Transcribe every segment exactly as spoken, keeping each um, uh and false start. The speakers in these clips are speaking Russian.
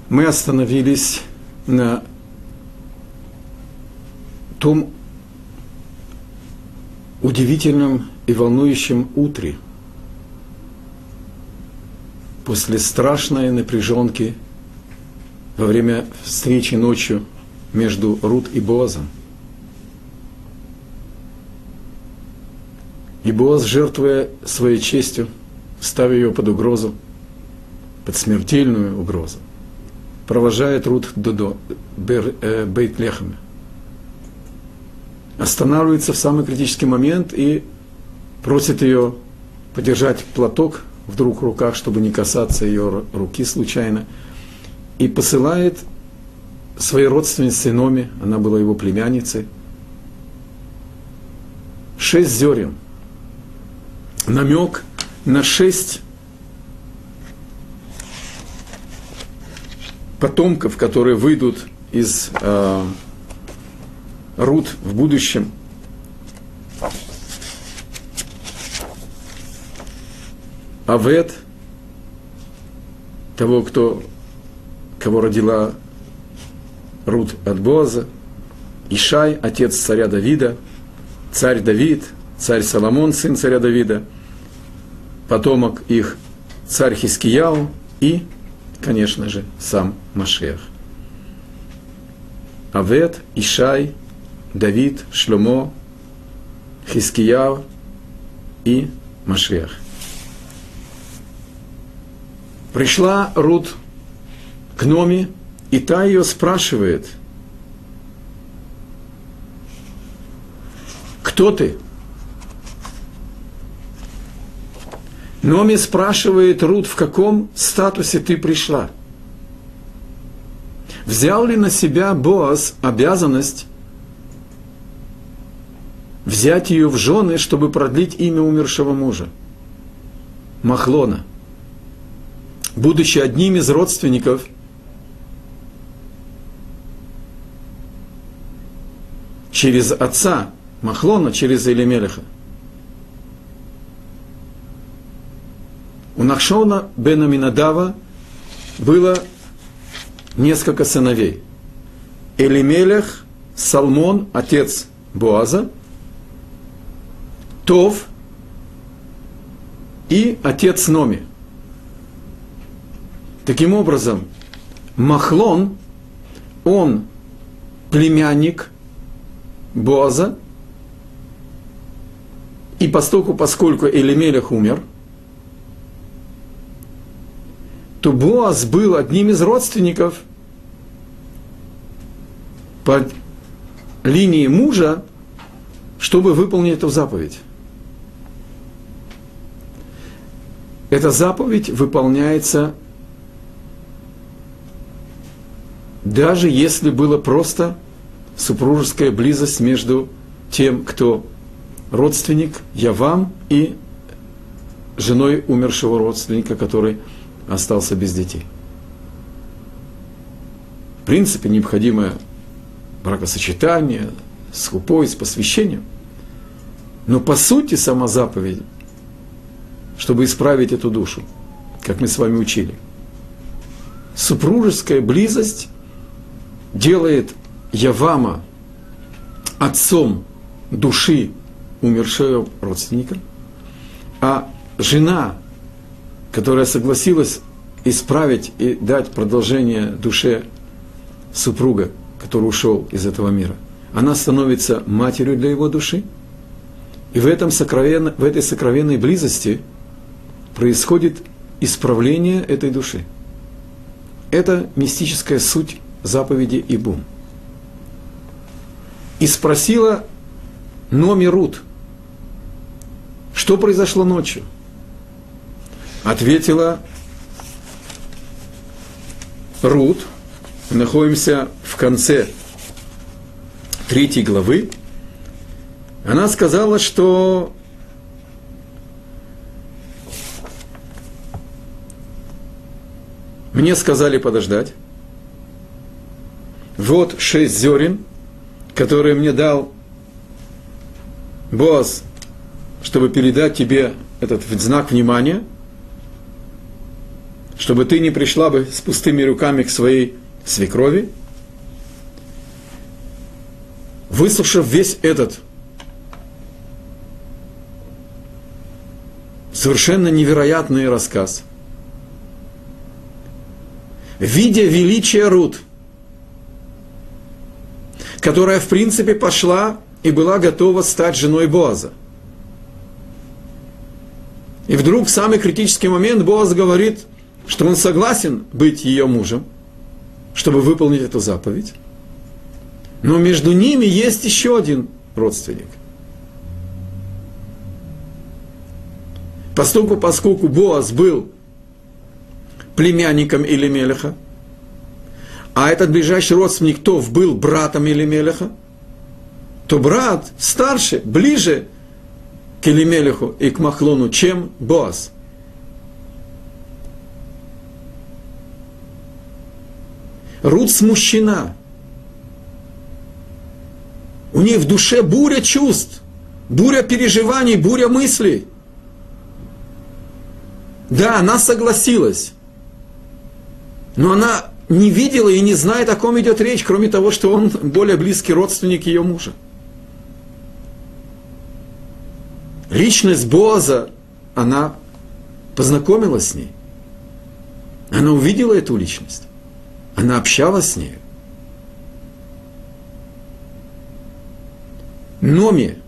Мы остановились на том удивительном и волнующем утре, после страшной напряженки во время встречи ночью между Рут и Боазом. И Боаз, жертвуя своей честью, ставя ее под угрозу, под смертельную угрозу, провожает Рут до Бейт-Лехема. Останавливается в самый критический момент и просит ее подержать платок вдруг в руках, чтобы не касаться ее руки случайно, и посылает своей родственнице Номи, она была его племянницей, шесть зерен, намек на шесть потомков, которые выйдут из э, Рут в будущем. Авет, того, кто, кого родила Рут от Боаза, Ишай, отец царя Давида, царь Давид, царь Соломон, сын царя Давида, потомок их царь Хискияу и, конечно же, сам Машиах. Авет, Ишай, Давид, Шломо, Хискияу и Машиах. Пришла Рут к Номи, и та ее спрашивает: кто ты? Номи спрашивает Рут, в каком статусе ты пришла? Взял ли на себя Боаз обязанность взять ее в жены, чтобы продлить имя умершего мужа? Махлона. Будучи одним из родственников через отца Махлона, через Элимелеха. У Нахшона бен Аминадава было несколько сыновей. Элимелех, Салмон, отец Боаза, Тов и отец Номи. Таким образом, Махлон, он племянник Боаза, и поскольку, поскольку Элимелех умер, то Боаз был одним из родственников по линии мужа, чтобы выполнить эту заповедь. Эта заповедь выполняется даже если была просто супружеская близость между тем, кто родственник, Явам, и женой умершего родственника, который остался без детей. В принципе, необходимое бракосочетание с хупой, с посвящением. Но по сути сама заповедь, чтобы исправить эту душу, как мы с вами учили, супружеская близость делает Явама отцом души умершего родственника, а жена, которая согласилась исправить и дать продолжение душе супруга, который ушел из этого мира, она становится матерью для его души. И в, этом сокровенно, в этой сокровенной близости происходит исправление этой души. Это мистическая суть заповеди Ибум. И спросила Номи Рут, что произошло ночью? Ответила Рут, мы находимся в конце третьей главы, она сказала, что мне сказали подождать. Вот шесть зерен, которые мне дал Боаз, чтобы передать тебе этот знак внимания. чтобы ты не пришла бы с пустыми руками к своей свекрови. Выслушав весь этот совершенно невероятный рассказ, видя величие Рут, которая, в принципе, пошла и была готова стать женой Боаза. И вдруг в самый критический момент Боаз говорит, что он согласен быть ее мужем, чтобы выполнить эту заповедь. Но между ними есть еще один родственник. Поскольку, поскольку Боаз был племянником Элимелеха, а этот ближайший родственник Тов был братом Элимелеха, то брат старше, ближе к Элимелеху и к Махлону, чем Боаз. Рут смущена. У нее в душе буря чувств, буря переживаний, буря мыслей. Да, она согласилась, но она не видела и не знает, о ком идет речь, кроме того, что он более близкий родственник ее мужа. Личность Боаза, она познакомилась с ней. Она увидела эту личность. Она общалась с ней. Номи,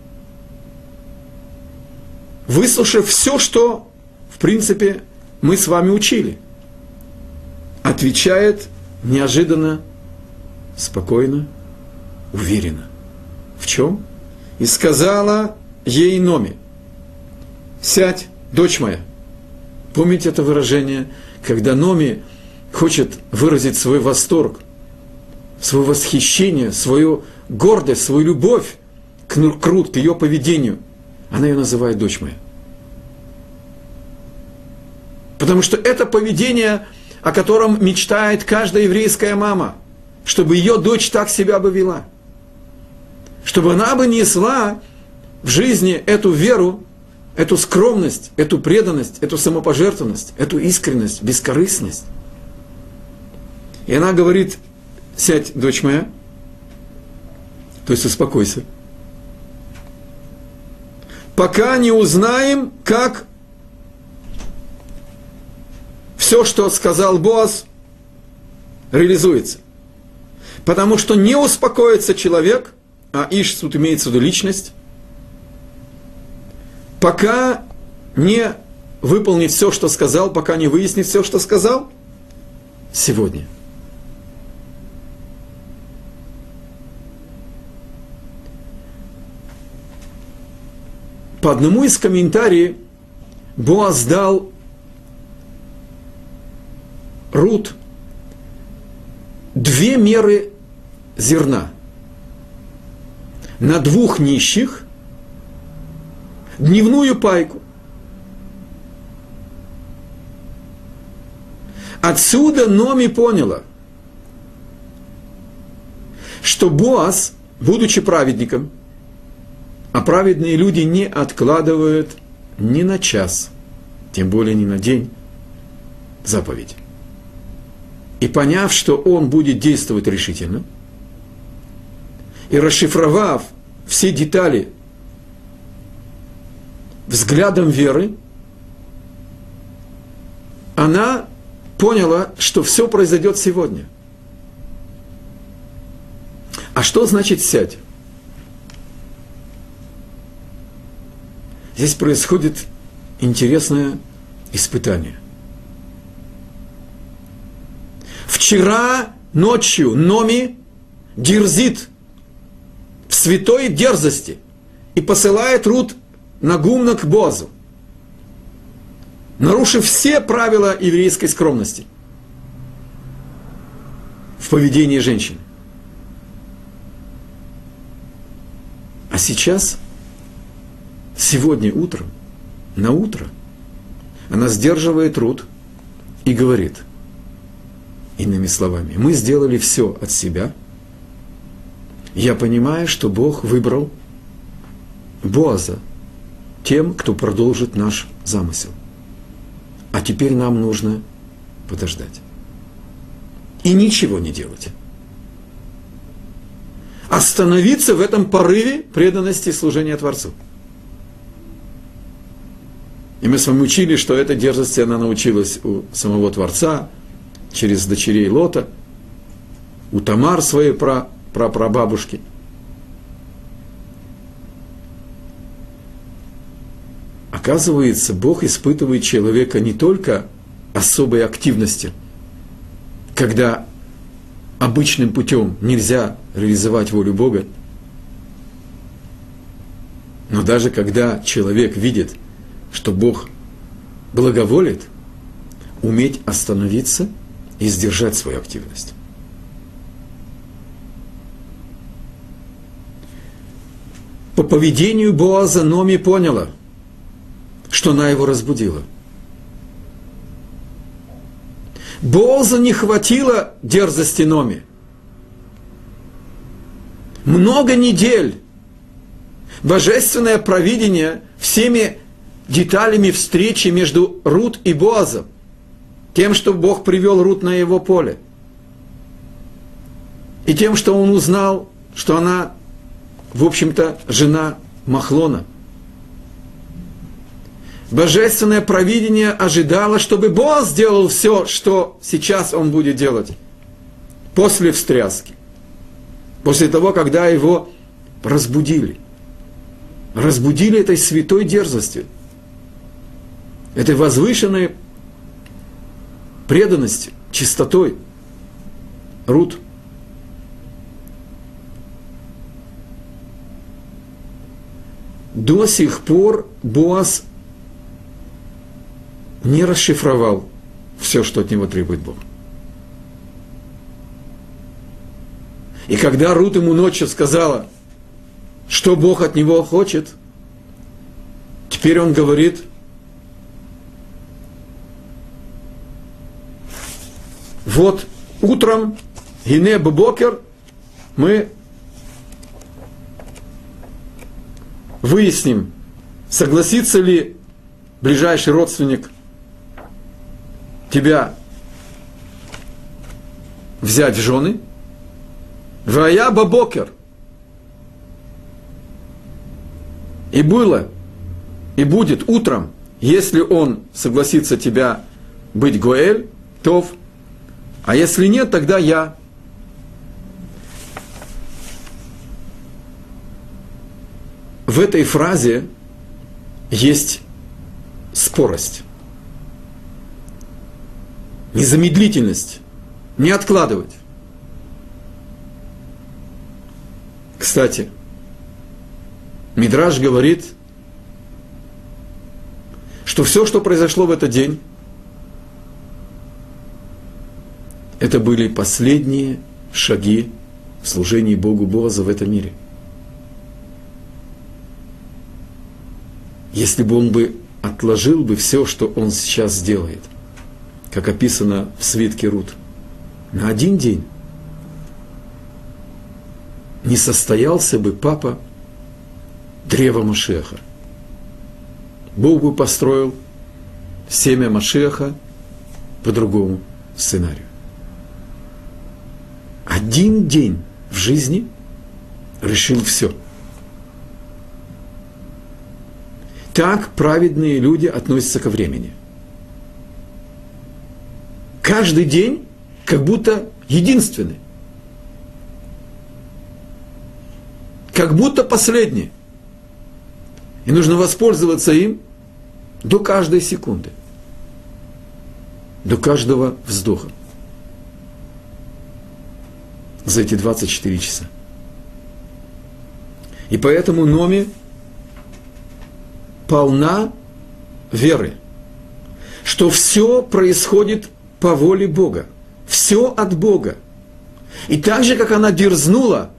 выслушав все, что, в принципе, мы с вами учили, отвечает неожиданно, спокойно, уверенно. В чем? И сказала ей Номи: «Сядь, дочь моя». Помните это выражение, когда Номи хочет выразить свой восторг, свое восхищение, свою гордость, свою любовь к Рут, к ее поведению. Она ее называет «дочь моя». Потому что это поведение, о котором мечтает каждая еврейская мама, чтобы ее дочь так себя бы вела. Чтобы она бы несла в жизни эту веру, эту скромность, эту преданность, эту самопожертвованность, эту искренность, бескорыстность. И она говорит: «Сядь, дочь моя», то есть успокойся, пока не узнаем, как все, что сказал Боаз, реализуется. Потому что не успокоится человек, а иш тут имеется в виду личность, пока не выполнит все, что сказал, пока не выяснит все, что сказал сегодня. По одному из комментариев Боаз дал Рут две меры зерна на двух нищих, дневную пайку. Отсюда Номи поняла, что Боаз, будучи праведником, а праведные люди не откладывают ни на час, тем более ни на день, заповедь. И поняв, что он будет действовать решительно, и расшифровав все детали взглядом веры, она поняла, что все произойдет сегодня. А что значит «сядь»? Здесь происходит интересное испытание. Вчера ночью Номи дерзит в святой дерзости и посылает Рут на гумно к Боазу, нарушив все правила еврейской скромности в поведении женщин. А сейчас, сегодня утром, на утро, она сдерживает Рут и говорит, иными словами: мы сделали все от себя. Я понимаю, что Бог выбрал Боаза тем, кто продолжит наш замысел. А теперь нам нужно подождать. И ничего не делать. Остановиться в этом порыве преданности и служения Творцу. И мы с вами учили, что этой дерзости она научилась у самого Творца, через дочерей Лота, у Тамар своей пра, прапрабабушки. Оказывается, Бог испытывает человека не только особой активностью, когда обычным путем нельзя реализовать волю Бога, но даже когда человек видит, что Бог благоволит, уметь остановиться и сдержать свою активность. По поведению Боаза Номи поняла, что она его разбудила. Боазу не хватило дерзости Номи. Много недель божественное провидение всеми деталями встречи между Рут и Боазом, тем, что Бог привел Рут на его поле, и тем, что он узнал, что она, в общем-то, жена Махлона. Божественное провидение ожидало, чтобы Боаз сделал все, что сейчас он будет делать, после встряски, после того, когда его разбудили. Разбудили этой святой дерзостью, этой возвышенной преданностью, чистотой. Рут. До сих пор Боаз не расшифровал все, что от него требует Бог. И когда Рут ему ночью сказала, что Бог от него хочет, теперь он говорит: вот утром, гине бокер, мы выясним, согласится ли ближайший родственник тебя взять в жены. Вая бабокер. И было, и будет утром, если он согласится тебя быть Гоэль, Тов, а если нет, тогда я. В этой фразе есть спорость, незамедлительность, не откладывать. Кстати, Мидраш говорит, что все, что произошло в этот день, это были последние шаги в служении Богу Боаза в этом мире. Если бы он бы отложил бы все, что он сейчас сделает, как описано в свитке Рут, на один день, не состоялся бы папа древа Машиаха. Бог бы построил семя Машиаха по другому сценарию. Один день в жизни решил все. Так праведные люди относятся ко времени. Каждый день как будто единственный. Как будто последний. И нужно воспользоваться им до каждой секунды. До каждого вздоха. За эти двадцать четыре часа. И поэтому Номи полна веры, что все происходит по воле Бога. Все от Бога. И так же, как она дерзнула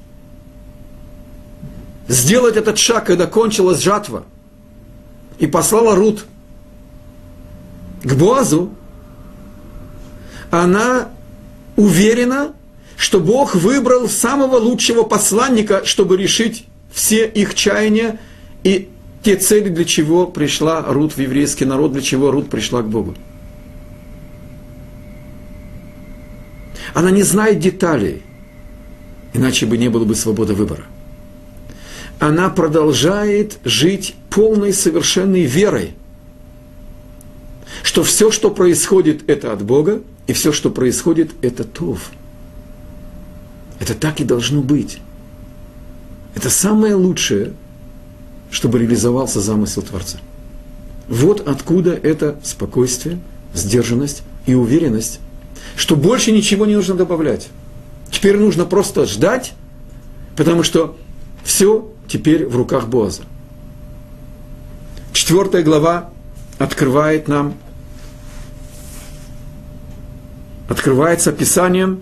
сделать этот шаг, когда кончилась жатва, и послала Рут к Боазу, она уверена, что Бог выбрал самого лучшего посланника, чтобы решить все их чаяния и те цели, для чего пришла Рут в еврейский народ, для чего Рут пришла к Богу. Она не знает деталей, иначе бы не было бы свободы выбора. Она продолжает жить полной, совершенной верой, что все, что происходит, это от Бога, и все, что происходит, это тов. Это так и должно быть. Это самое лучшее, чтобы реализовался замысел Творца. Вот откуда это спокойствие, сдержанность и уверенность, что больше ничего не нужно добавлять. Теперь нужно просто ждать, потому что все теперь в руках Боаза. Четвертая глава открывает нам, открывается описанием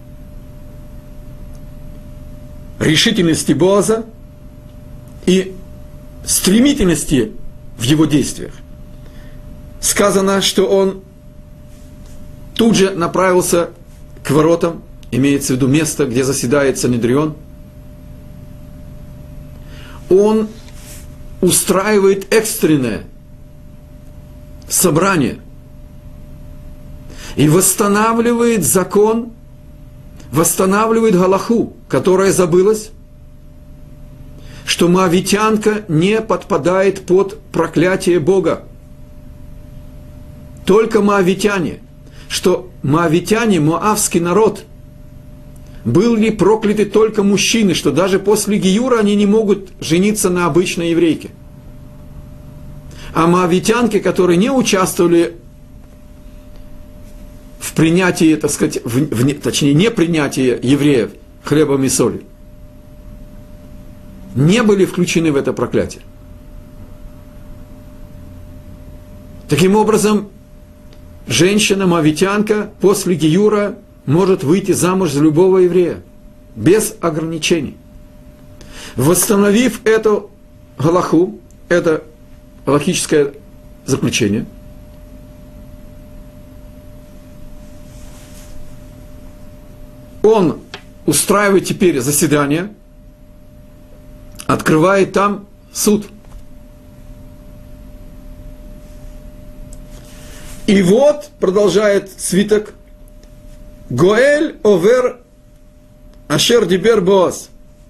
решительности Боаза и стремительности в его действиях. Сказано, что он тут же направился к воротам, имеется в виду место, где заседает Синедрион. Он устраивает экстренное собрание и восстанавливает закон, восстанавливает галаху, которая забылась, что моавитянка не подпадает под проклятие Бога. Только моавитяне, что моавитяне, моавский народ, были прокляты только мужчины, что даже после гиюра они не могут жениться на обычной еврейке. А моавитянки, которые не участвовали в принятии, так сказать, в, в, точнее, не принятии евреев хлебом и солью, не были включены в это проклятие. Таким образом, женщина, моавитянка, после гиюра может выйти замуж за любого еврея, без ограничений. Восстановив эту галаху, это галахическое заключение, он устраивает теперь заседание, открывает там суд. И вот, продолжает свиток, Гоэль овер ашер дибер Боаз.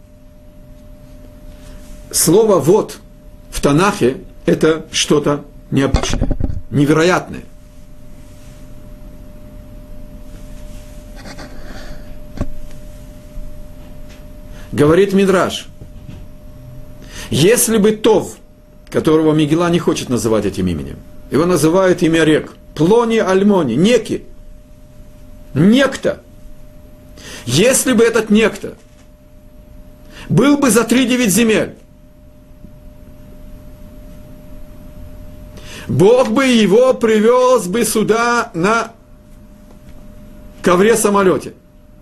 Слово «вот» в Танахе – это что-то необычное, невероятное. Говорит Мидраш, если бы Тов, которого Мегила не хочет называть этим именем, его называют имя рек, Плони Альмони, неки, некто, если бы этот некто был бы за три девять земель, Бог бы его привез бы сюда на ковре-самолете,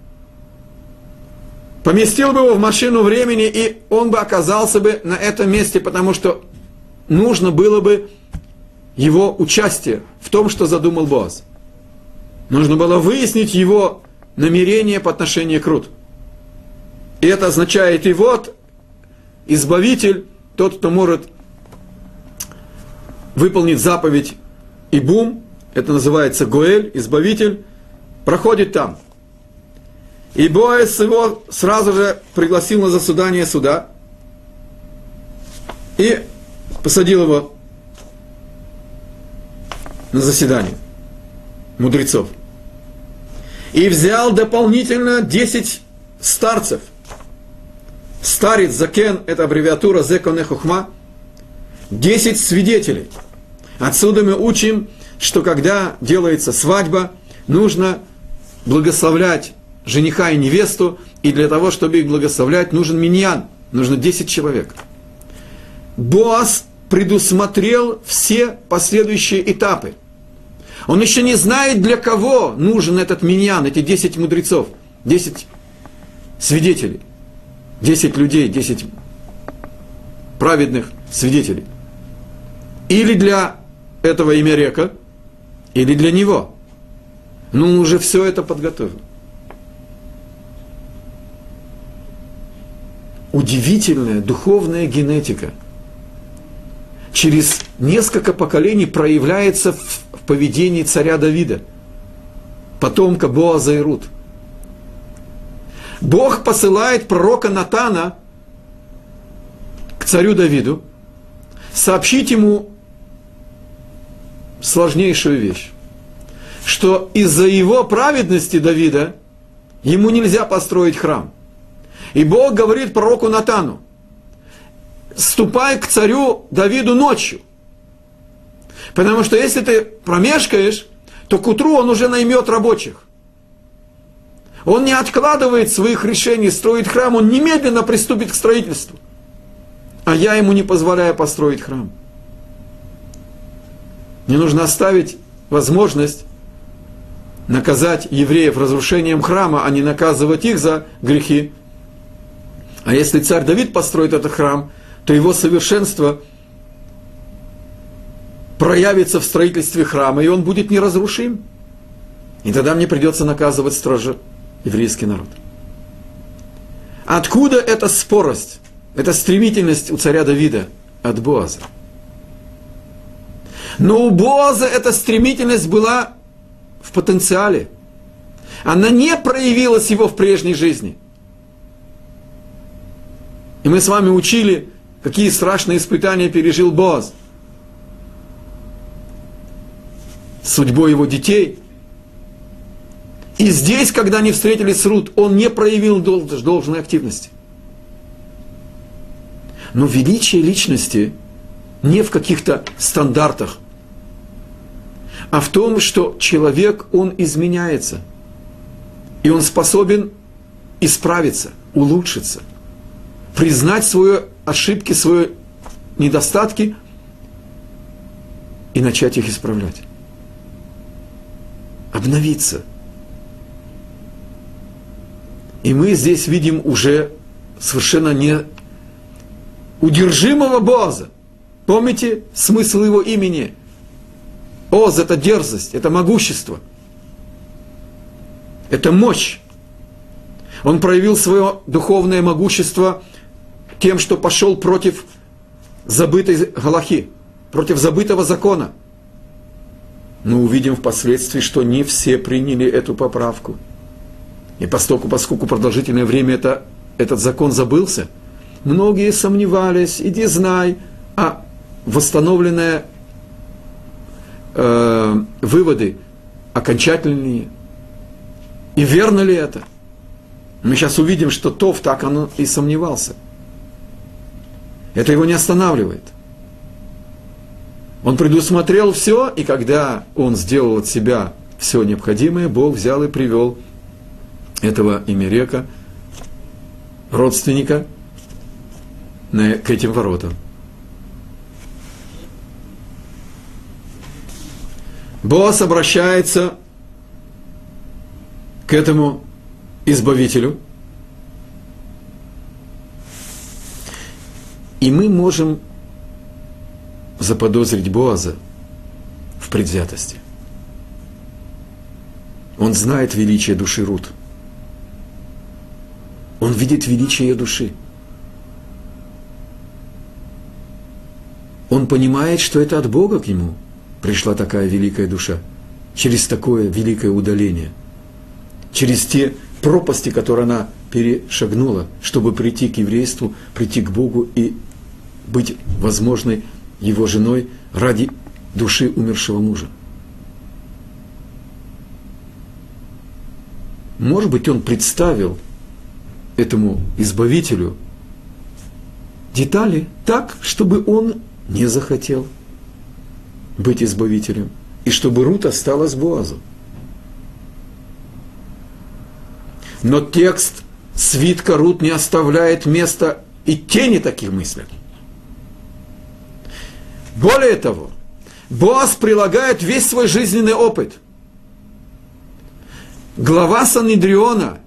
поместил бы его в машину времени, и он бы оказался бы на этом месте, потому что нужно было бы его участие в том, что задумал Боаз. Нужно было выяснить его намерение по отношению к Рут. И это означает, и вот, избавитель, тот, кто может выполнить заповедь Ибум, это называется Гоэль, избавитель, проходит там. И Боаз его сразу же пригласил на заседание суда и посадил его на заседание мудрецов. И взял дополнительно десять старцев. Старец, закен, это аббревиатура зеконе хухма, десять свидетелей. Отсюда мы учим, что когда делается свадьба, нужно благословлять жениха и невесту, и для того, чтобы их благословлять, нужен миньян, нужно десять человек. Боаз предусмотрел все последующие этапы. Он еще не знает, для кого нужен этот миньян, эти десять мудрецов, десять свидетелей, десять людей, десять праведных свидетелей. Или для этого имярека, или для него. Но он уже все это подготовил. Удивительная духовная генетика через несколько поколений проявляется в поведении царя Давида, потомка Боаза и Рут. Бог посылает пророка Натана к царю Давиду сообщить ему сложнейшую вещь, что из-за его праведности Давида ему нельзя построить храм. И Бог говорит пророку Натану: ступай к царю Давиду ночью, потому что если ты промешкаешь, то к утру он уже наймет рабочих. Он не откладывает своих решений строить храм, он немедленно приступит к строительству. А я ему не позволяю построить храм. Мне нужно оставить возможность наказать евреев разрушением храма, а не наказывать их за грехи. А если царь Давид построит этот храм, то его совершенство проявится в строительстве храма, и он будет неразрушим. И тогда мне придется наказывать строже еврейский народ. Откуда эта спорость, эта стремительность у царя Давида? От Боаза. Но у Боаза эта стремительность была в потенциале. Она не проявилась его в прежней жизни. И мы с вами учили, какие страшные испытания пережил Боаз. Судьбой его детей. И здесь, когда они встретились с Рут, он не проявил должной активности. Но величие личности не в каких-то стандартах, а в том, что человек, он изменяется. И он способен исправиться, улучшиться, признать свои ошибки, свои недостатки и начать их исправлять. Обновиться. И мы здесь видим уже совершенно не удержимого Боаза. Помните смысл его имени? Оз – это дерзость, это могущество, это мощь. Он проявил свое духовное могущество тем, что пошел против забытой галахи, против забытого закона. Но увидим впоследствии, что не все приняли эту поправку. И поскольку, поскольку продолжительное время это, этот закон забылся, многие сомневались: иди знай, а восстановленные э, выводы окончательные. И верно ли это? Мы сейчас увидим, что Тов так он и сомневался. Это его не останавливает. Он предусмотрел все, и когда он сделал от себя все необходимое, Бог взял и привел этого Имерека, родственника, к этим воротам. Боаз обращается к этому избавителю, и мы можем заподозрить Боаза в предвзятости. Он знает величие души Рут. Он видит величие ее души. Он понимает, что это от Бога к нему пришла такая великая душа, через такое великое удаление, через те пропасти, которые она перешагнула, чтобы прийти к еврейству, прийти к Богу и быть возможной его женой ради души умершего мужа. Может быть, он представил этому избавителю детали так, чтобы он не захотел быть избавителем, и чтобы Рут осталась Боазу. Но текст свитка Рут не оставляет места и тени таких мыслей. Более того, Боаз прилагает весь свой жизненный опыт. Глава Санедриона,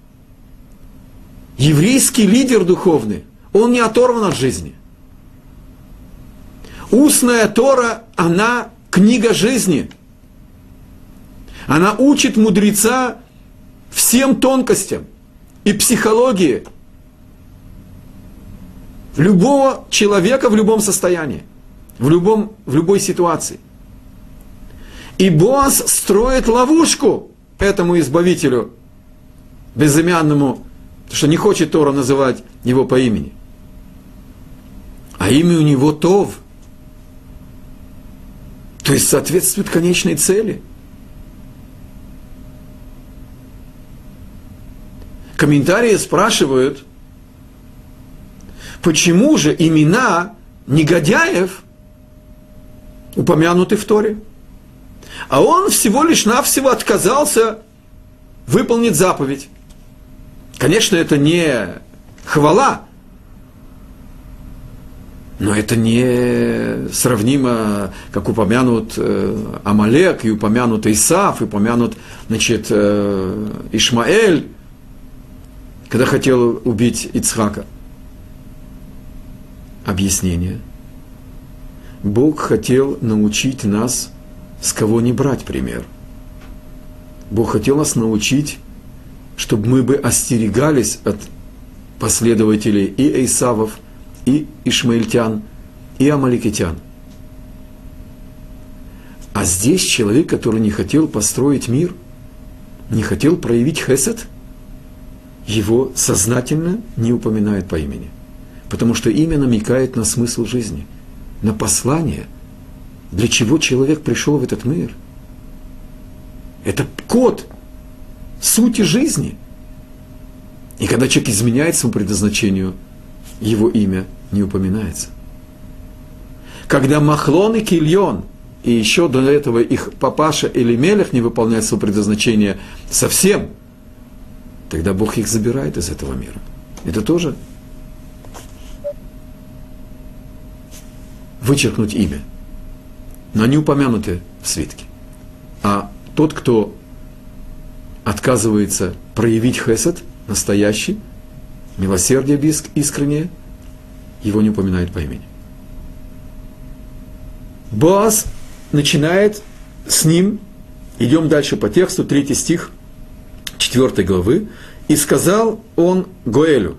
еврейский лидер духовный, он не оторван от жизни. Устная Тора, она книга жизни. Она учит мудреца всем тонкостям и психологии любого человека в любом состоянии, в, любом, в любой ситуации. И Боаз строит ловушку этому избавителю, безымянному Потому что не хочет Тора называть его по имени. А имя у него Тов. То есть соответствует конечной цели. Комментарии спрашивают, почему же имена негодяев упомянуты в Торе? А он всего лишь навсего отказался выполнить заповедь. Конечно, это не хвала, но это не сравнимо, как упомянут э, Амалек, и упомянут Исав, и упомянут, значит, э, Ишмаэль, когда хотел убить Ицхака. Объяснение. Бог хотел научить нас, с кого не брать пример. Бог хотел нас научить, чтобы мы бы остерегались от последователей и Исавов, и ишмаильтян, и амаликитян. А здесь человек, который не хотел построить мир, не хотел проявить хесед, его сознательно не упоминает по имени. Потому что имя намекает на смысл жизни, на послание, для чего человек пришел в этот мир. Это код сути жизни. И когда человек изменяет своему предназначению, его имя не упоминается. Когда Махлон и Кильон, и еще до этого их папаша Элимелех не выполняет свое предназначение совсем, тогда Бог их забирает из этого мира. Это тоже вычеркнуть имя. Но они упомянуты в свитке. А тот, кто отказывается проявить хесед, настоящий, милосердие искреннее, его не упоминает по имени. Боаз начинает с ним, идем дальше по тексту, третий стих четвёртой главы, и сказал он Гоэлю: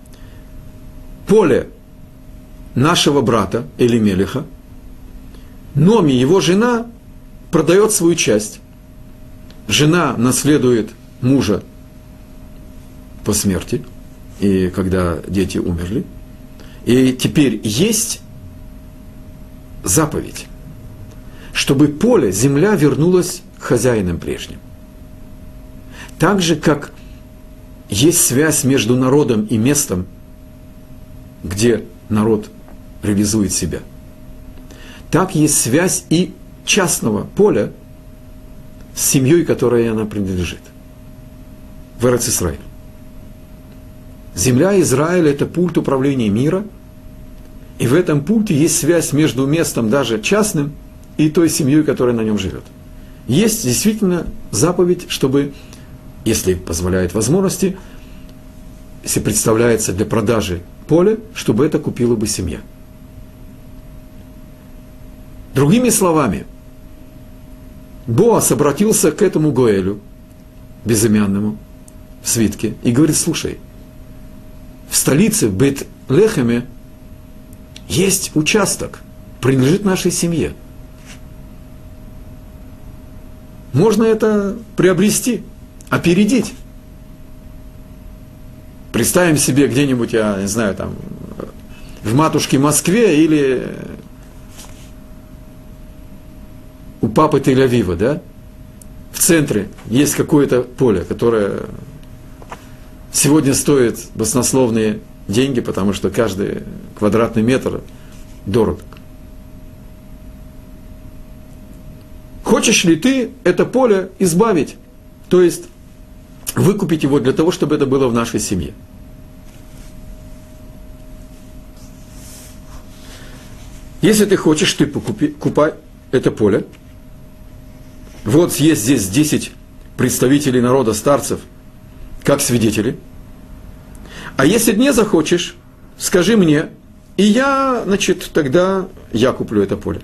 поле нашего брата Элимелеха, Номи, его жена, продает свою часть. Жена наследует мужа по смерти, и когда дети умерли. И теперь есть заповедь, чтобы поле, земля вернулась хозяинам прежним. Так же, как есть связь между народом и местом, где народ реализует себя, так есть связь и частного поля с семьей, которой она принадлежит. В Эрец-Исраэль. Земля Израиля – это пульт управления мира, и в этом пульте есть связь между местом, даже частным, и той семьей, которая на нем живет. Есть действительно заповедь, чтобы, если позволяет возможности, если представляется для продажи поле, чтобы это купила бы семья. Другими словами, Боаз обратился к этому Гоэлю, безымянному, в свитке, и говорит: слушай, в столице, в Бейт-Лехеме, есть участок, принадлежит нашей семье. Можно это приобрести, опередить. Представим себе где-нибудь, я не знаю, там, в матушке Москве или у папы Тель-Авива, да? В центре есть какое-то поле, которое сегодня стоит баснословные деньги, потому что каждый квадратный метр дорог. Хочешь ли ты это поле избавить? То есть выкупить его для того, чтобы это было в нашей семье? Если ты хочешь, ты покупи, купай это поле. Вот есть здесь десять представителей народа, старцев, как свидетели. А если не захочешь, скажи мне, и я, значит, тогда я куплю это поле.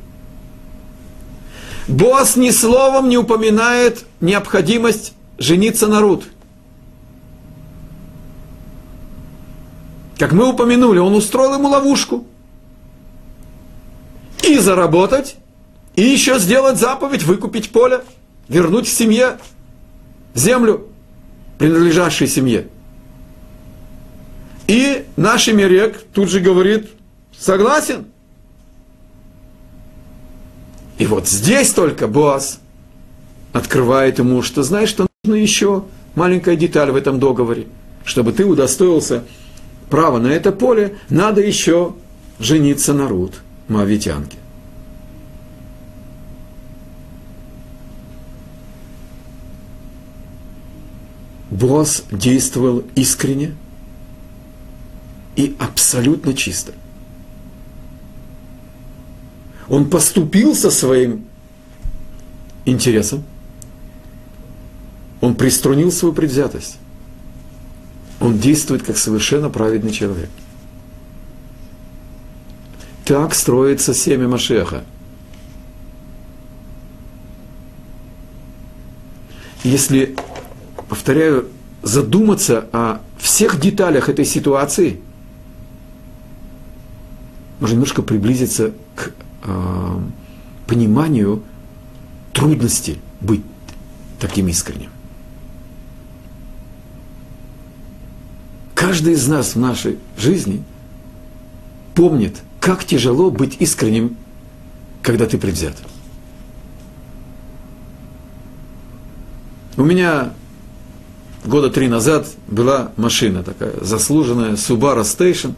Боаз ни словом не упоминает необходимость жениться на Рут. Как мы упомянули, он устроил ему ловушку. И заработать, и еще сделать заповедь, выкупить поле, вернуть в семье землю, принадлежащей семье. И наш Имерек тут же говорит, согласен. И вот здесь только Боаз открывает ему, что знаешь, что нужно еще маленькая деталь в этом договоре. Чтобы ты удостоился права на это поле, надо еще жениться на Рут, моавитянке. Боаз действовал искренне и абсолютно чисто. Он поступил со своим интересом, он приструнил свою предвзятость, он действует как совершенно праведный человек. Так строится семя Машеха. Если, повторяю, задуматься о всех деталях этой ситуации, можно немножко приблизиться к э, пониманию трудности быть таким искренним. Каждый из нас в нашей жизни помнит, как тяжело быть искренним, когда ты предвзят. У меня года три назад была машина такая заслуженная, Subaru Station,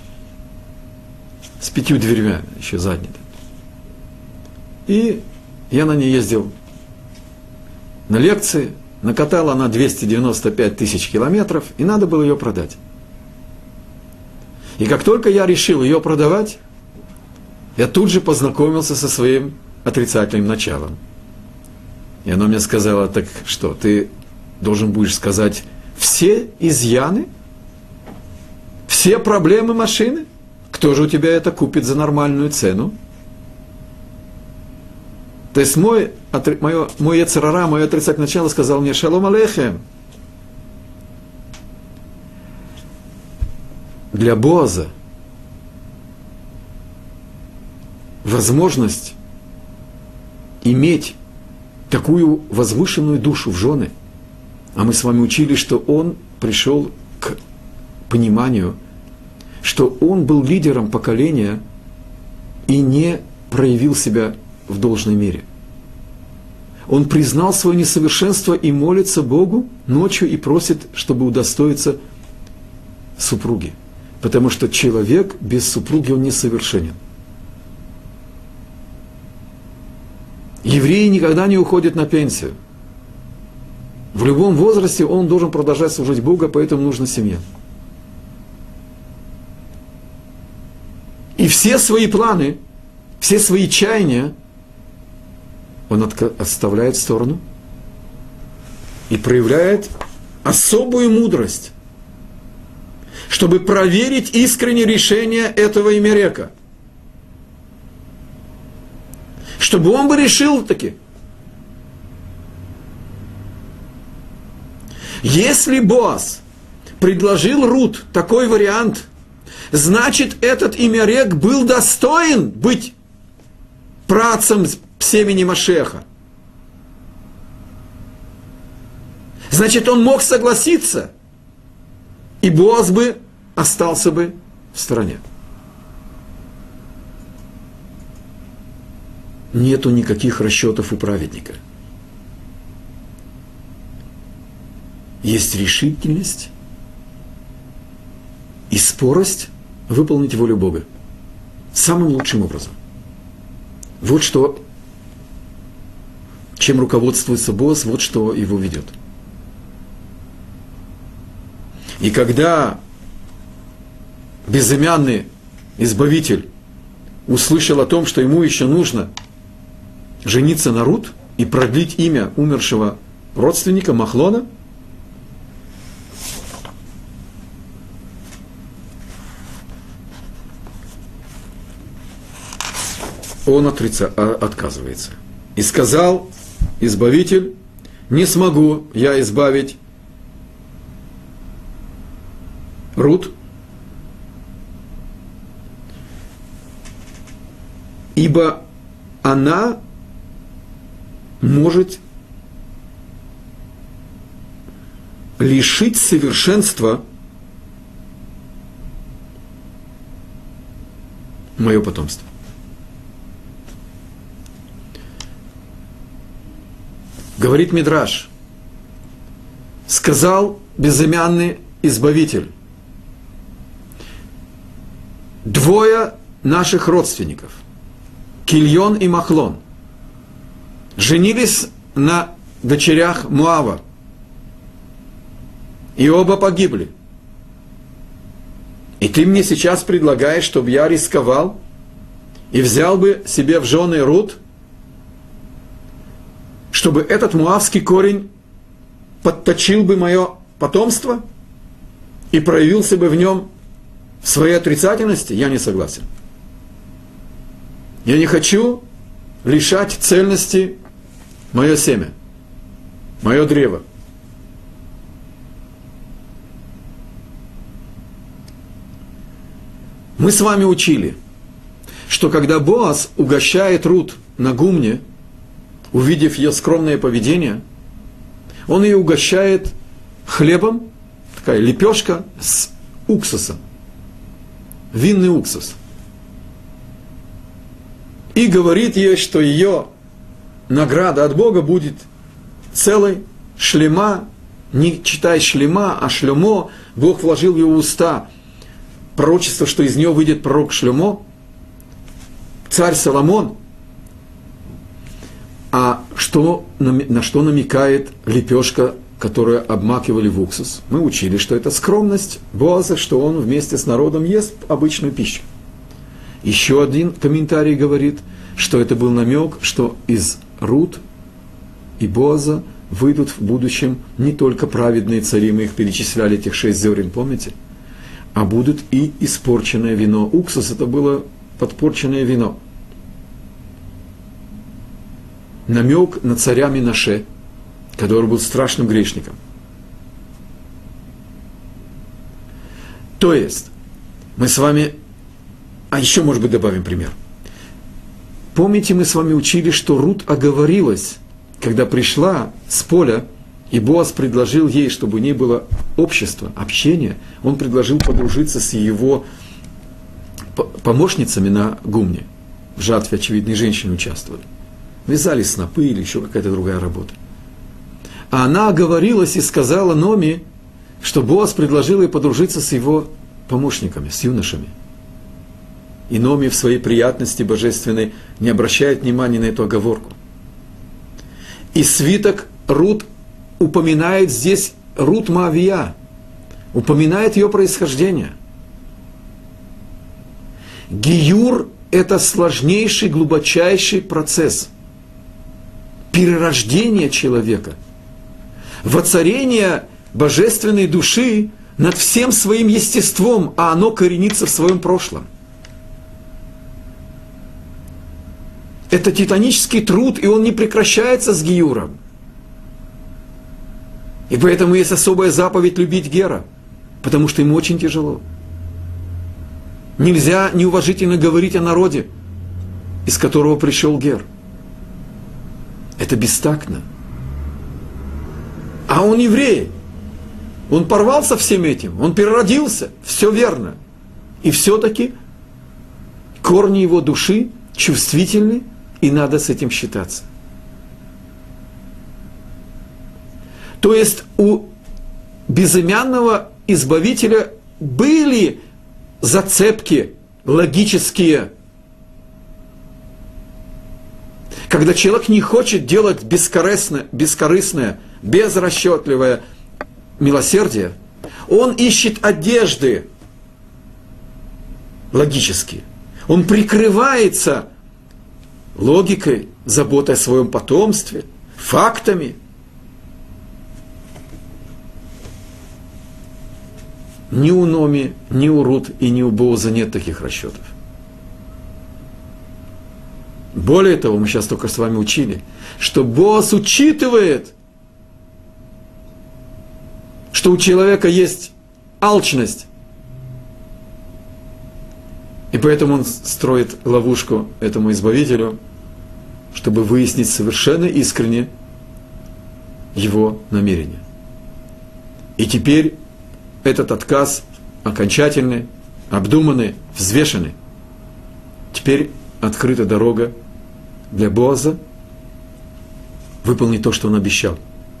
с пятью дверьми, еще задней. И я на ней ездил на лекции, накатала она двести девяносто пять тысяч километров, и надо было ее продать. И как только я решил ее продавать, я тут же познакомился со своим отрицательным началом. И оно мне сказало, так что, ты должен будешь сказать все изъяны, все проблемы машины? Кто же у тебя это купит за нормальную цену? То есть мой, мое, мой Йецер ара, мое отрицательное начало сказал мне, шалом алейхем. Для Боаза возможность иметь такую возвышенную душу в жены, а мы с вами учили, что он пришел к пониманию, что он был лидером поколения и не проявил себя в должной мере. Он признал свое несовершенство и молится Богу ночью и просит, чтобы удостоиться супруги. Потому что человек без супруги, он несовершенен. Еврей никогда не уходит на пенсию. В любом возрасте он должен продолжать служить Богу, поэтому нужна семья. И все свои планы, все свои чаяния он отставляет в сторону и проявляет особую мудрость, чтобы проверить искреннее решение этого Имерека. Чтобы он бы решил таки. Если Боаз предложил Рут такой вариант, значит, этот Имерек был достоин быть працем семени Машеха. Значит, он мог согласиться, и Боаз бы остался бы в стороне. Нету никаких расчетов у праведника. Есть решительность и спорость выполнить волю Бога самым лучшим образом. Вот что, чем руководствуется Боаз, вот что его ведет. И когда безымянный избавитель услышал о том, что ему еще нужно жениться на Рут и продлить имя умершего родственника Махлона, он отрица, отказывается. И сказал избавитель: не смогу я избавить Рут, ибо она может лишить совершенства мое потомство. Говорит Мидраш, сказал безымянный избавитель, двое наших родственников, Кильон и Махлон, женились на дочерях Муава, и оба погибли. И ты мне сейчас предлагаешь, чтобы я рисковал и взял бы себе в жены Рут, чтобы этот муавский корень подточил бы мое потомство и проявился бы в нем в своей отрицательности? Я не согласен. Я не хочу лишать цельности мое семя, мое древо. Мы с вами учили, что когда Боаз угощает Рут на гумне, увидев ее скромное поведение, он ее угощает хлебом, такая лепешка с уксусом, винный уксус. И говорит ей, что ее награда от Бога будет целой, шлема, не читай шлема, а шлемо. Бог вложил в ее уста пророчество, что из нее выйдет пророк Шлемо, царь Соломон. А что, на что намекает лепешка, которую обмакивали в уксус? Мы учили, что это скромность Боаза, что он вместе с народом ест обычную пищу. Еще один комментарий говорит, что это был намек, что из Рут и Боаза выйдут в будущем не только праведные цари, мы их перечисляли, этих шесть зерен, помните? А будут и испорченное вино. Уксус – это было подпорченное вино. Намек на царя Менаше, который был страшным грешником. То есть, мы с вами, а еще, может быть, добавим пример. Помните, мы с вами учили, что Рут оговорилась, когда пришла с поля, и Боаз предложил ей, чтобы у ней было общество, общение, он предложил подружиться с его помощницами на гумне. В жатве, очевидно, и женщины участвовали. Вязали снопы или еще какая-то другая работа. А она оговорилась и сказала Номи, что Боаз предложил ей подружиться с его помощниками, с юношами. И Номи в своей приятности божественной не обращает внимания на эту оговорку. И свиток Рут упоминает здесь Рут Моавия, упоминает ее происхождение. Гиюр – это сложнейший, глубочайший процесс перерождения человека, воцарения божественной души над всем своим естеством, а оно коренится в своем прошлом. Это титанический труд, и он не прекращается с Гиюром. И поэтому есть особая заповедь любить Гера, потому что ему очень тяжело. Нельзя неуважительно говорить о народе, из которого пришел Гер. Это бестактно. А он еврей. Он порвал со всем этим, он переродился, все верно. И все-таки корни его души чувствительны, и надо с этим считаться. То есть у безымянного избавителя были зацепки логические. Когда человек не хочет делать бескорыстное, бескорыстное, безрасчетливое милосердие, он ищет одежды логические. Он прикрывается логикой, заботой о своем потомстве, фактами. Ни у Номи, ни у Рут и ни у Боаза нет таких расчетов. Более того, мы сейчас только с вами учили, что Боаз учитывает, что у человека есть алчность. И поэтому он строит ловушку этому избавителю, чтобы выяснить совершенно искренне его намерение. И теперь этот отказ окончательный, обдуманный, взвешенный. Теперь открыта дорога для Боаза выполнить то, что он обещал.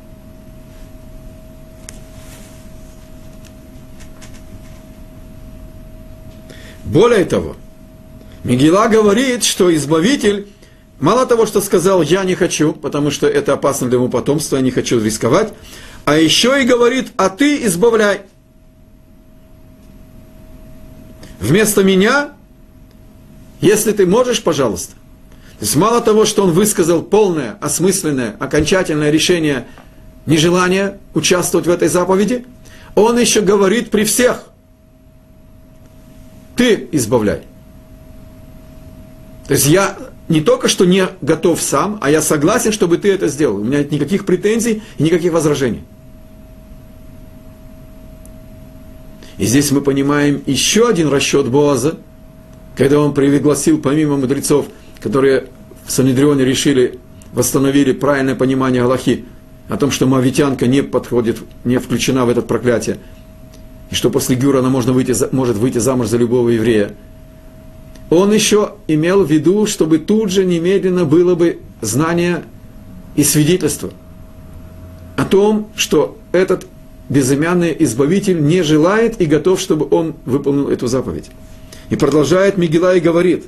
Более того, Мегилла говорит, что избавитель мало того, что сказал «я не хочу», потому что это опасно для моего потомства, я не хочу рисковать, а еще и говорит «а ты избавляй». Вместо меня, если ты можешь, пожалуйста. То есть мало того, что он высказал полное, осмысленное, окончательное решение нежелания участвовать в этой заповеди, он еще говорит при всех «ты избавляй». То есть я не только что не готов сам, а я согласен, чтобы ты это сделал. У меня нет никаких претензий и никаких возражений. И здесь мы понимаем еще один расчет Боаза, когда он пригласил помимо мудрецов, которые в Санедрионе решили, восстановили правильное понимание галахи, о том, что моавитянка не подходит, не включена в это проклятие, и что после Гюра она можно выйти, может выйти замуж за любого еврея. Он еще имел в виду, чтобы тут же немедленно было бы знание и свидетельство о том, что этот безымянный избавитель не желает и готов, чтобы он выполнил эту заповедь. И продолжает Мегилла и говорит: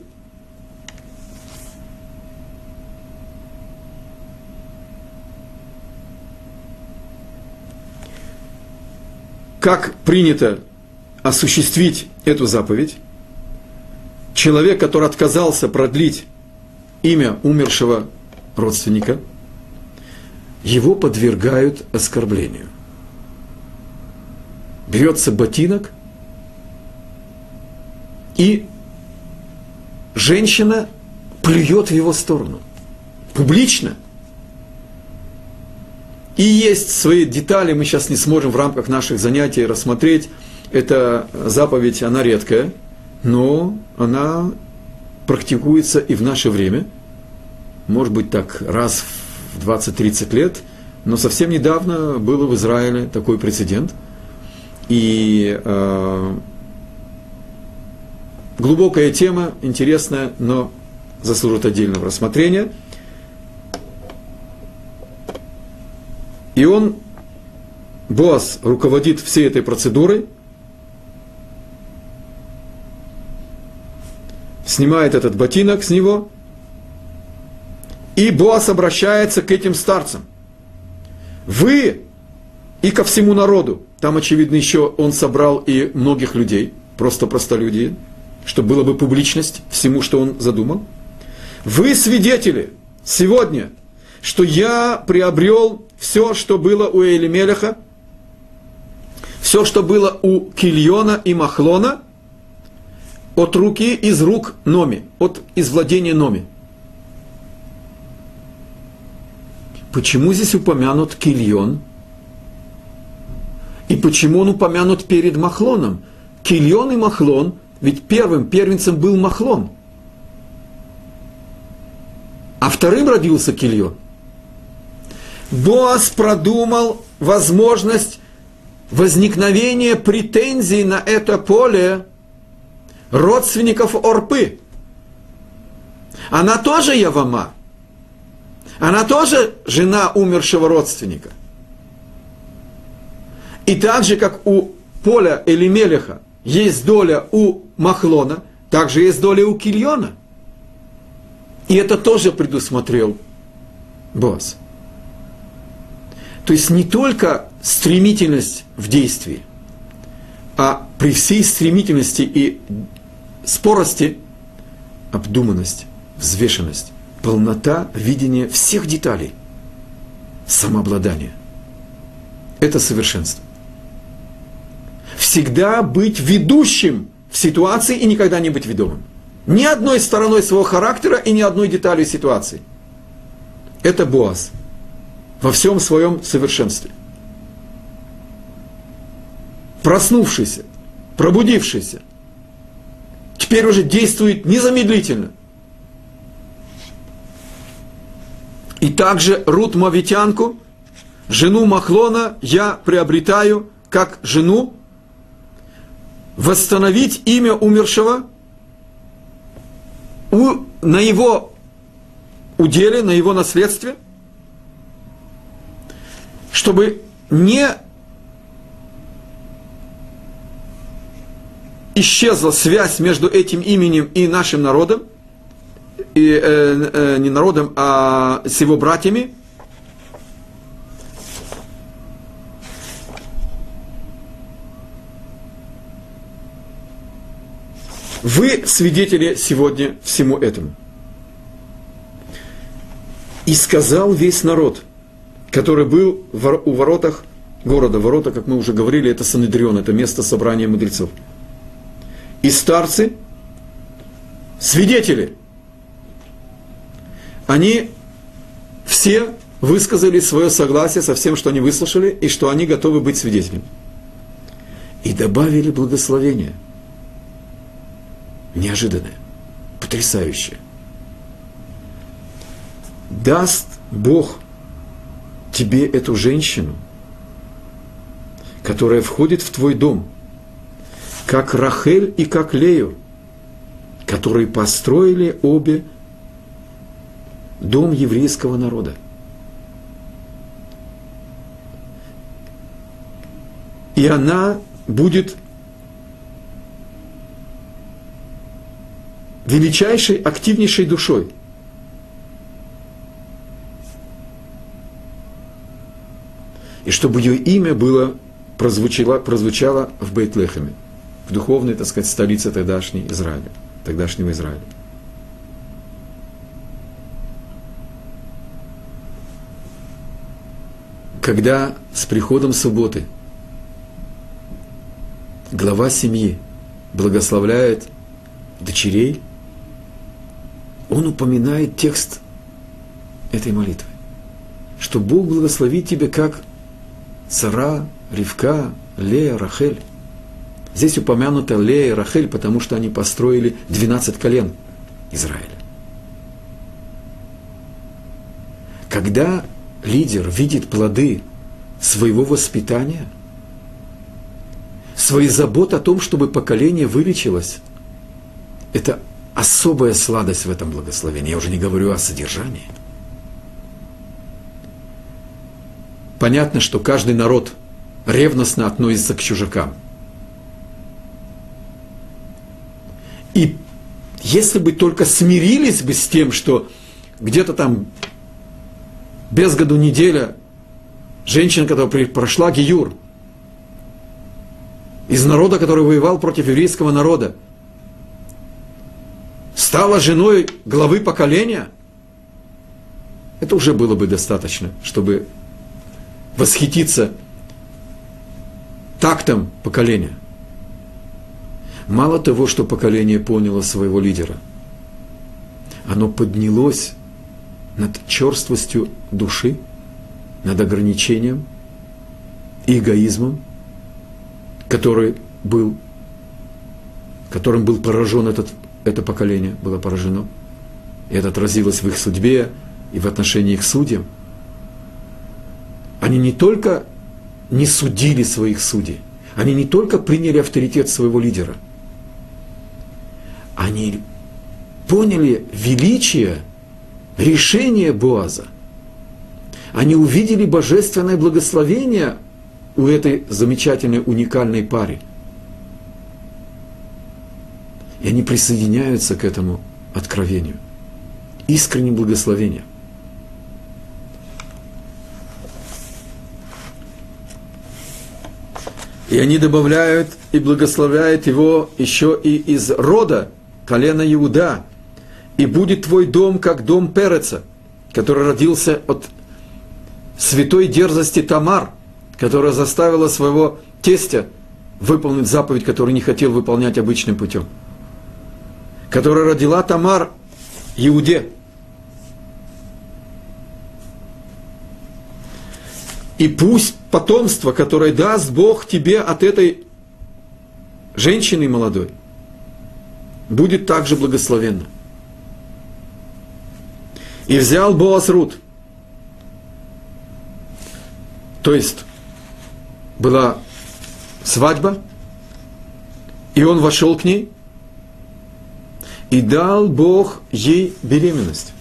как принято осуществить эту заповедь. Человек, который отказался продлить имя умершего родственника, его подвергают оскорблению. Берется ботинок, и женщина плюет в его сторону. Публично. И есть свои детали, мы сейчас не сможем в рамках наших занятий рассмотреть. Эта заповедь, она редкая, но она практикуется и в наше время. Может быть, так раз в двадцать-тридцать лет, но совсем недавно был в Израиле такой прецедент. И э, глубокая тема, интересная, но заслужит отдельного рассмотрения. И он, Боаз, руководит всей этой процедурой, снимает этот ботинок с него, и Боаз обращается к этим старцам. Вы и ко всему народу, там, очевидно, еще он собрал и многих людей, просто простолюдей, чтобы была бы публичность всему, что он задумал. Вы свидетели сегодня, что я приобрел все, что было у Элимелеха, все, что было у Кильона и Махлона, от руки, из рук Номи, от из владения Номи. Почему здесь упомянут Кильон? И почему он упомянут перед Махлоном? Кильон и Махлон, ведь первым первенцем был Махлон, а вторым родился Кильон. Боаз продумал возможность возникновения претензий на это поле родственников Орпы. Она тоже Явама. Она тоже жена умершего родственника. И так же, как у поля Элимелеха есть доля у Махлона, также есть доля у Кильона. И это тоже предусмотрел Боаз. То есть не только стремительность в действии, а при всей стремительности и спорости обдуманность, взвешенность, полнота видения всех деталей, самообладание. Это совершенство. Всегда быть ведущим в ситуации и никогда не быть ведомым. Ни одной стороной своего характера и ни одной деталью ситуации. Это Боаз во всем своем совершенстве. Проснувшийся, пробудившийся, теперь уже действует незамедлительно. И также Рут Моавитянку, жену Махлона, я приобретаю как жену, восстановить имя умершего у, на его уделе, на его наследстве, чтобы не исчезла связь между этим именем и нашим народом, и, э, э, не народом, а с его братьями. Вы свидетели сегодня всему этому. И сказал весь народ, который был у воротах города. Ворота, как мы уже говорили, это Санедрион, это место собрания мудрецов. И старцы, свидетели, они все высказали свое согласие со всем, что они выслушали, и что они готовы быть свидетелями. И добавили благословение. Неожиданное, потрясающее. Даст Бог тебе эту женщину, которая входит в твой дом, как Рахель и как Лею, которые построили обе дом еврейского народа. И она будет величайшей, активнейшей душой. И чтобы ее имя было, прозвучало, прозвучало в Бейт-Лехеме, в духовной, так сказать, столице тогдашней Израиля, тогдашнего Израиля. Когда с приходом субботы глава семьи благословляет дочерей, он упоминает текст этой молитвы, что Бог благословит тебя, как Сара, Ривка, Лея, Рахель. Здесь упомянуто Лея и Рахель, потому что они построили двенадцать колен Израиля. Когда лидер видит плоды своего воспитания, своей заботы о том, чтобы поколение вылечилось, это особая сладость в этом благословении. Я уже не говорю о содержании. Понятно, что каждый народ ревностно относится к чужакам. И если бы только смирились бы с тем, что где-то там без году неделя женщина, которая прошла гиюр, из народа, который воевал против еврейского народа, стала женой главы поколения, это уже было бы достаточно, чтобы восхититься тактом поколения. Мало того, что поколение поняло своего лидера, оно поднялось над черствостью души, над ограничением и эгоизмом, который был, которым был поражен этот, это поколение, было поражено. И это отразилось в их судьбе и в отношении к судьям. Они не только не судили своих судей, они не только приняли авторитет своего лидера, они поняли величие решения Боаза. Они увидели божественное благословение у этой замечательной, уникальной пары. И они присоединяются к этому откровению. Искренним благословением. И они добавляют и благословляют его еще и из рода, колена Иуда. И будет твой дом, как дом Переца, который родился от святой дерзости Тамар, которая заставила своего тестя выполнить заповедь, которую не хотел выполнять обычным путем. Которая родила Тамар Иуде. И пусть потомство, которое даст Бог тебе от этой женщины молодой, будет также благословенно. И взял Боаз Рут. То есть, была свадьба, и он вошел к ней, И дал Бог ей беременность.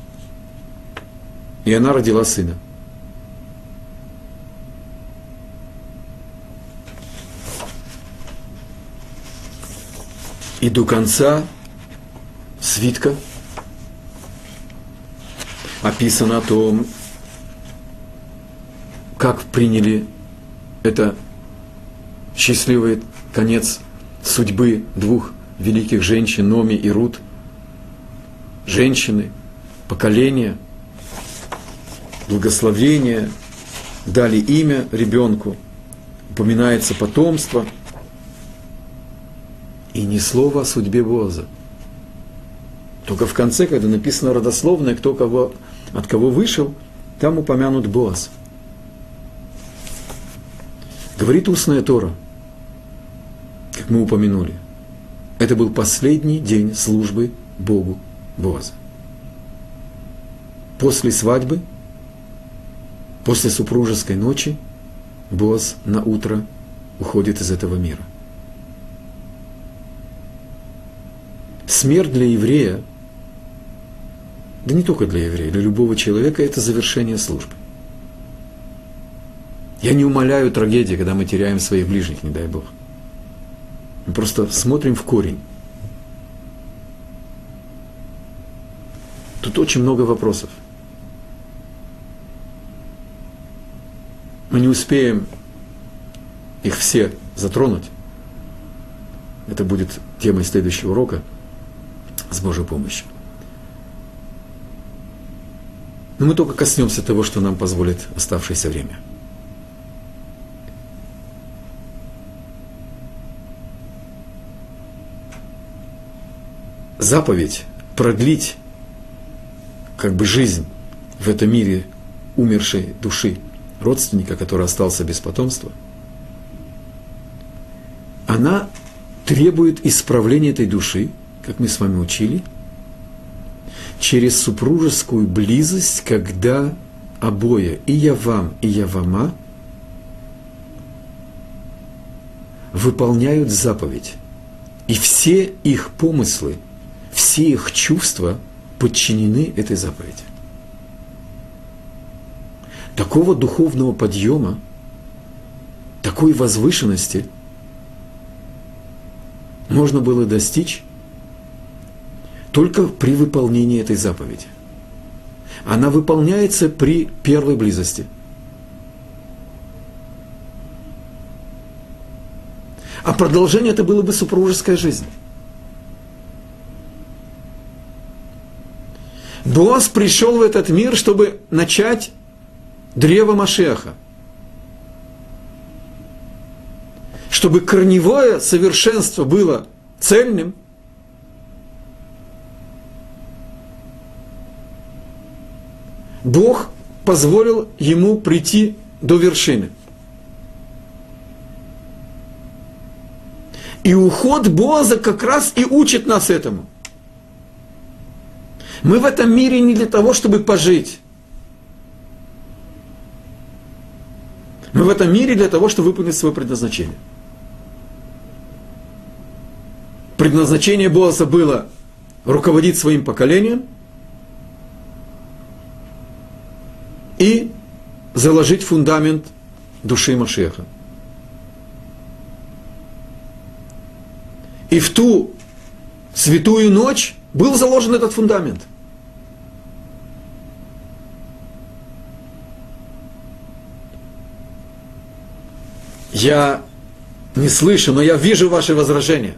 И она родила сына. И до конца свитка описано о том, как приняли это счастливый конец судьбы двух великих женщин, Номи и Рут. Женщины, поколения, благословения, дали имя ребенку, упоминается потомство, и ни слова о судьбе Боаза. Только в конце, когда написано родословное, кто кого, от кого вышел, там упомянут Боаз. Говорит устная Тора, как мы упомянули, это был последний день службы Богу Боаза. После свадьбы, после супружеской ночи, Боаз на утро уходит из этого мира. Смерть для еврея, да не только для еврея, для любого человека, это завершение службы. Я не умаляю трагедии, когда мы теряем своих ближних, не дай Бог. Мы просто смотрим в корень. Тут очень много вопросов. Мы не успеем их все затронуть. Это будет темой следующего урока с Божьей помощью. Но мы только коснемся того, что нам позволит оставшееся время. Заповедь продлить как бы жизнь в этом мире умершей души родственника, который остался без потомства, она требует исправления этой души, как мы с вами учили, через супружескую близость, когда обои, и Явам, и Явама, выполняют заповедь. И все их помыслы, все их чувства подчинены этой заповеди. Такого духовного подъема, такой возвышенности можно было достичь только при выполнении этой заповеди. Она выполняется при первой близости. А продолжение это было бы супружеская жизнь. Боаз пришел в этот мир, чтобы начать древо Машиаха. Чтобы корневое совершенство было цельным, Бог позволил ему прийти до вершины. И уход Боаза как раз и учит нас этому. Мы в этом мире не для того, чтобы пожить. Мы в этом мире для того, чтобы выполнить свое предназначение. Предназначение Боаза было руководить своим поколением и заложить фундамент души Машиаха. И в ту святую ночь был заложен этот фундамент. Я не слышу, но я вижу ваши возражения.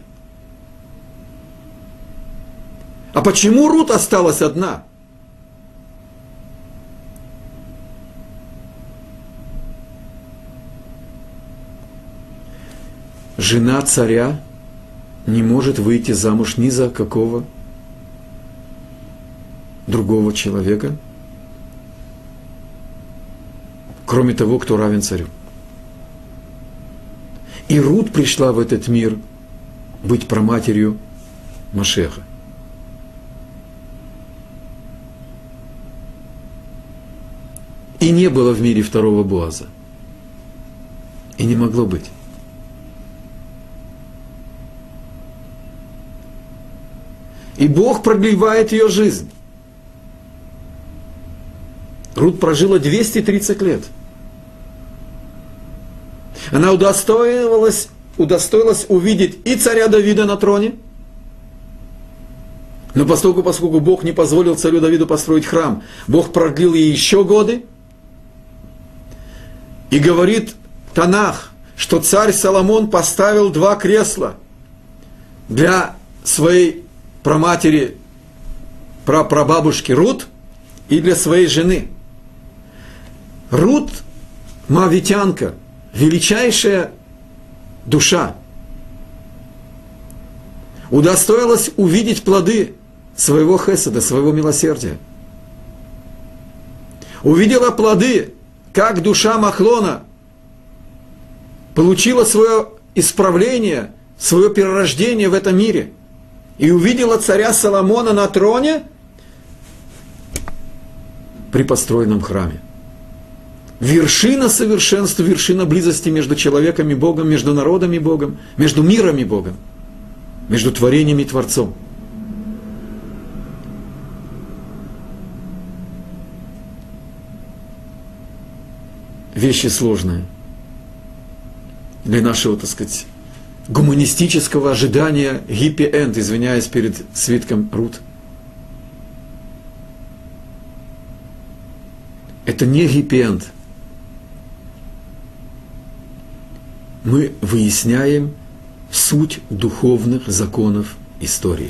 А почему Рут осталась одна? Жена царя не может выйти замуж ни за какого другого человека, кроме того, кто равен царю. И Рут пришла в этот мир быть праматерью Машеха. И не было в мире второго Боаза. И не могло быть. И Бог продлевает ее жизнь. Рут прожила двести тридцать лет. Она удостоилась, удостоилась увидеть и царя Давида на троне, но поскольку, поскольку Бог не позволил царю Давиду построить храм, Бог продлил ей еще годы. И говорит Танах, что царь Соломон поставил два кресла для своей праматери, прапрабабушки Рут и для своей жены. Рут, моавитянка, величайшая душа, удостоилась увидеть плоды своего хеседа, своего милосердия. Увидела плоды, как душа Махлона получила свое исправление, свое перерождение в этом мире. И увидела царя Соломона на троне при построенном храме. Вершина совершенства, вершина близости между человеком и Богом, между народом и Богом, между миром и Богом, между творением и Творцом. Вещи сложные для нашего, так сказать, гуманистического ожидания гиппи-энд, извиняюсь перед свитком Рут. Это не гиппи-энд. Мы выясняем суть духовных законов истории.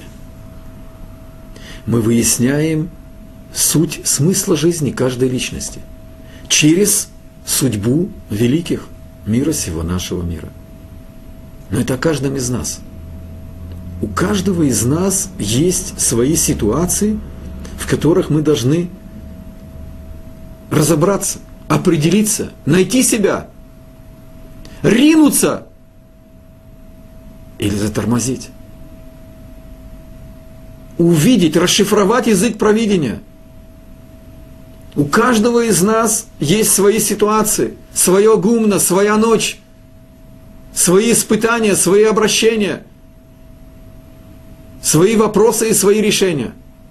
Мы выясняем суть смысла жизни каждой личности через судьбу великих мира сего, нашего мира. Но это о каждом из нас. У каждого из нас есть свои ситуации, в которых мы должны разобраться, определиться, найти себя, ринуться или затормозить. Увидеть, расшифровать язык провидения. У каждого из нас есть свои ситуации, свое гумно, своя ночь, свои испытания, свои обращения, свои вопросы и свои решения.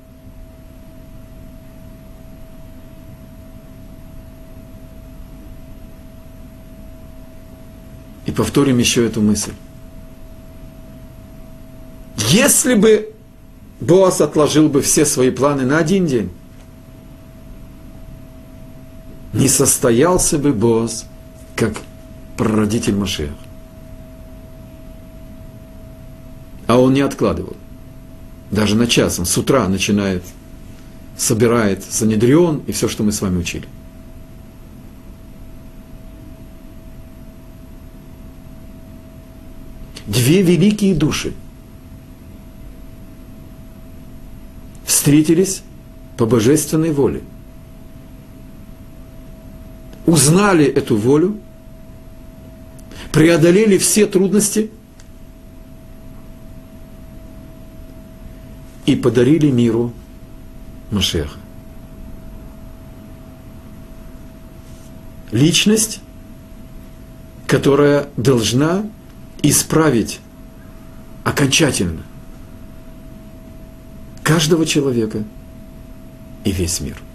И повторим еще эту мысль. Если бы Боаз отложил бы все свои планы на один день, не состоялся бы Боаз как прародитель Машиаха. А он не откладывал. Даже на час. Он с утра начинает, собирает Санедрион и все, что мы с вами учили. Две великие души встретились по божественной воле. Узнали эту волю, преодолели все трудности и подарили миру Машиаха. Личность, которая должна исправить окончательно каждого человека и весь мир.